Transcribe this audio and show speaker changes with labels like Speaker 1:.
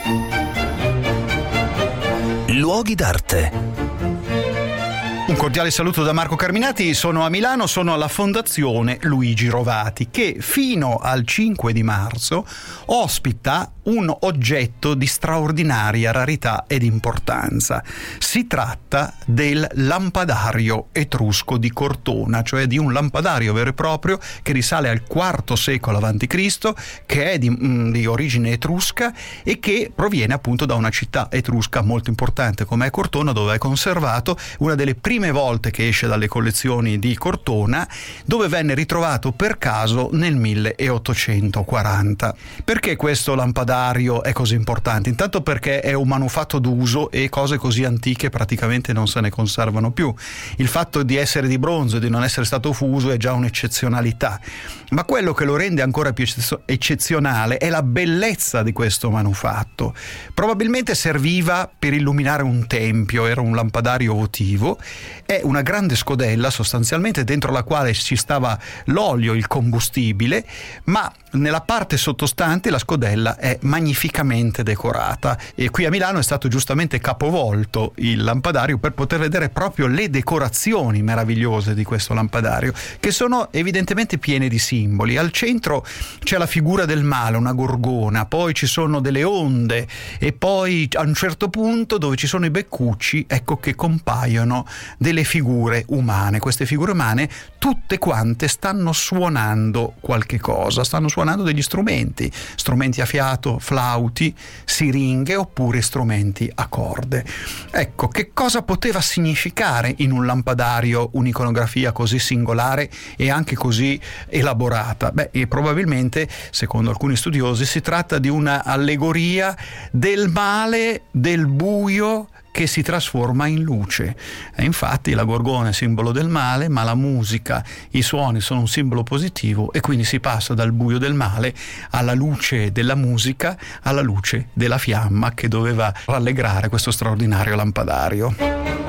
Speaker 1: Luoghi d'arte.
Speaker 2: Un cordiale saluto da Marco Carminati, sono a Milano, sono alla Fondazione Luigi Rovati che fino al 5 di marzo ospita un oggetto di straordinaria rarità ed importanza. Si tratta del lampadario etrusco di Cortona, cioè di un lampadario vero e proprio che risale al IV secolo a.C., che è di origine etrusca e che proviene appunto da una città etrusca molto importante come è Cortona, dove è conservato, una delle prime volte che esce dalle collezioni di Cortona, dove venne ritrovato per caso nel 1840. Perché questo lampadario è così importante? Intanto perché è un manufatto d'uso e cose così antiche praticamente non se ne conservano più. Il fatto di essere di bronzo e di non essere stato fuso è già un'eccezionalità, ma quello che lo rende ancora più eccezionale è la bellezza di questo manufatto. Probabilmente serviva per illuminare un tempio, era un lampadario votivo. È una grande scodella sostanzialmente dentro la quale ci stava l'olio, il combustibile, ma nella parte sottostante la scodella è magnificamente decorata e qui a Milano è stato giustamente capovolto il lampadario per poter vedere proprio le decorazioni meravigliose di questo lampadario, che sono evidentemente piene di simboli. Al centro c'è la figura del male, una gorgona, poi ci sono delle onde e poi a un certo punto dove ci sono i beccucci ecco che compaiono delle figure umane. Queste figure umane tutte quante stanno suonando qualche cosa, stanno suonando degli strumenti a fiato, flauti, siringhe oppure strumenti a corde. Ecco, che cosa poteva significare in un lampadario un'iconografia così singolare e anche così elaborata? E probabilmente, secondo alcuni studiosi, si tratta di una allegoria del male, del buio che si trasforma in luce. E infatti la gorgona è simbolo del male, ma la musica, i suoni sono un simbolo positivo e quindi si passa dal buio del male alla luce della musica, alla luce della fiamma che doveva rallegrare questo straordinario lampadario.